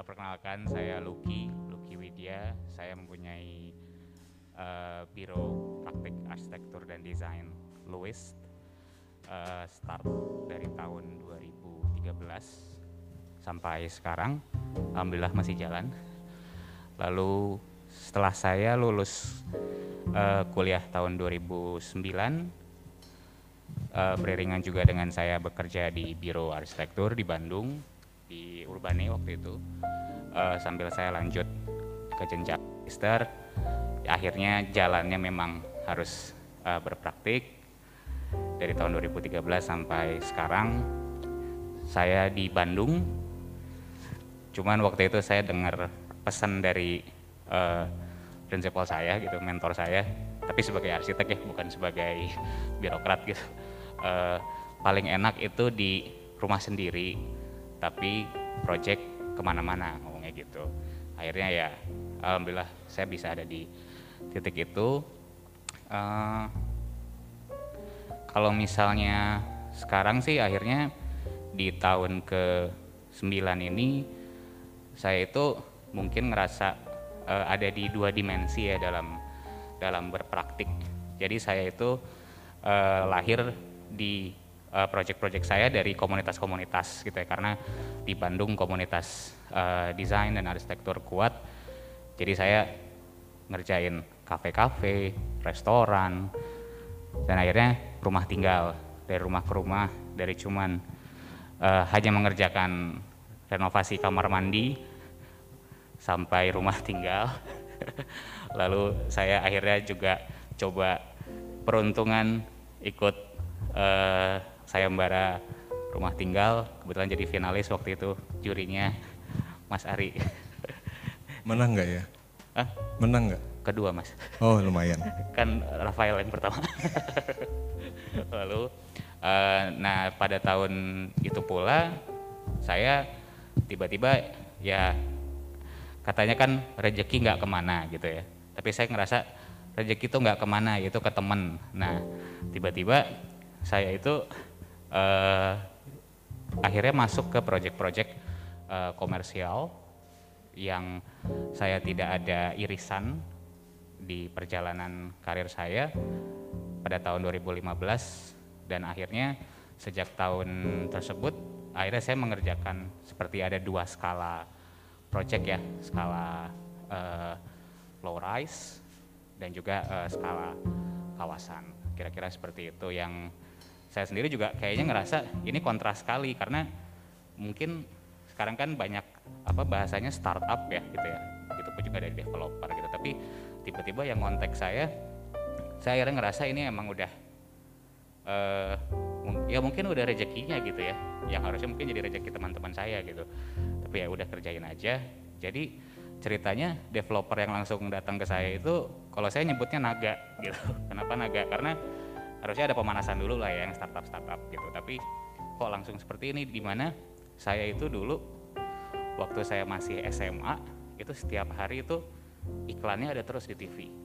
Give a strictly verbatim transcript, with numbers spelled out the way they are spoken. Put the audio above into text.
perkenalkan, saya Lucky, Lucky Widya. Saya mempunyai uh, biro praktik arsitektur dan desain Louis, uh, start dari tahun dua ribu tiga belas sampai sekarang. Alhamdulillah masih jalan. Lalu setelah saya lulus uh, kuliah tahun dua ribu sembilan, uh, beriringan juga dengan saya bekerja di biro arsitektur di Bandung, di Urbane waktu itu, uh, sambil saya lanjut ke jenjang magister. Ya, akhirnya jalannya memang harus uh, berpraktik dari tahun dua ribu tiga belas sampai sekarang. Saya di Bandung, cuman waktu itu saya dengar pesan dari uh, prinsipal saya gitu, mentor saya, tapi sebagai arsitek ya, bukan sebagai birokrat gitu. Uh, paling enak itu di rumah sendiri, tapi project kemana-mana, ngomongnya gitu. Akhirnya ya alhamdulillah saya bisa ada di titik itu. Uh, kalau misalnya sekarang sih akhirnya di tahun ke sembilan ini saya itu mungkin ngerasa uh, ada di dua dimensi ya dalam dalam berpraktik. Jadi saya itu uh, lahir di Uh, project-project saya dari komunitas-komunitas gitu ya, karena di Bandung komunitas uh, desain dan arsitektur kuat, jadi saya ngerjain kafe-kafe, restoran, dan akhirnya rumah tinggal, dari rumah ke rumah, dari cuman uh, hanya mengerjakan renovasi kamar mandi sampai rumah tinggal. Lalu saya akhirnya juga coba peruntungan ikut uh, sayembara rumah tinggal, kebetulan jadi finalis waktu itu, jurinya Mas Ari. Menang nggak ya? Hah? Menang nggak? Kedua Mas. Oh lumayan. Kan Rafael yang pertama. Lalu, uh, nah pada tahun itu pula saya tiba-tiba ya katanya kan rezeki nggak kemana gitu ya. Tapi saya ngerasa rezeki itu nggak kemana, itu ke temen. Nah tiba-tiba saya itu Uh, akhirnya masuk ke project-project uh, komersial yang saya tidak ada irisan di perjalanan karir saya pada tahun dua ribu lima belas, dan akhirnya sejak tahun tersebut akhirnya saya mengerjakan seperti ada dua skala project ya, skala uh, low rise dan juga uh, skala kawasan, kira-kira seperti itu. Yang saya sendiri juga kayaknya ngerasa ini kontras sekali, karena mungkin sekarang kan banyak apa bahasanya startup ya gitu ya, itu pun juga dari developer gitu, tapi tiba-tiba yang konteks saya, saya akhirnya ngerasa ini emang udah uh, ya mungkin udah rezekinya gitu ya, yang harusnya mungkin jadi rezeki teman-teman saya gitu, tapi ya udah kerjain aja. Jadi ceritanya developer yang langsung datang ke saya itu, kalau saya nyebutnya naga gitu. Kenapa naga? Karena harusnya ada pemanasan dulu lah ya yang startup-startup gitu, tapi kok langsung seperti ini, di mana saya itu dulu waktu saya masih S M A itu setiap hari itu iklannya ada terus di T V.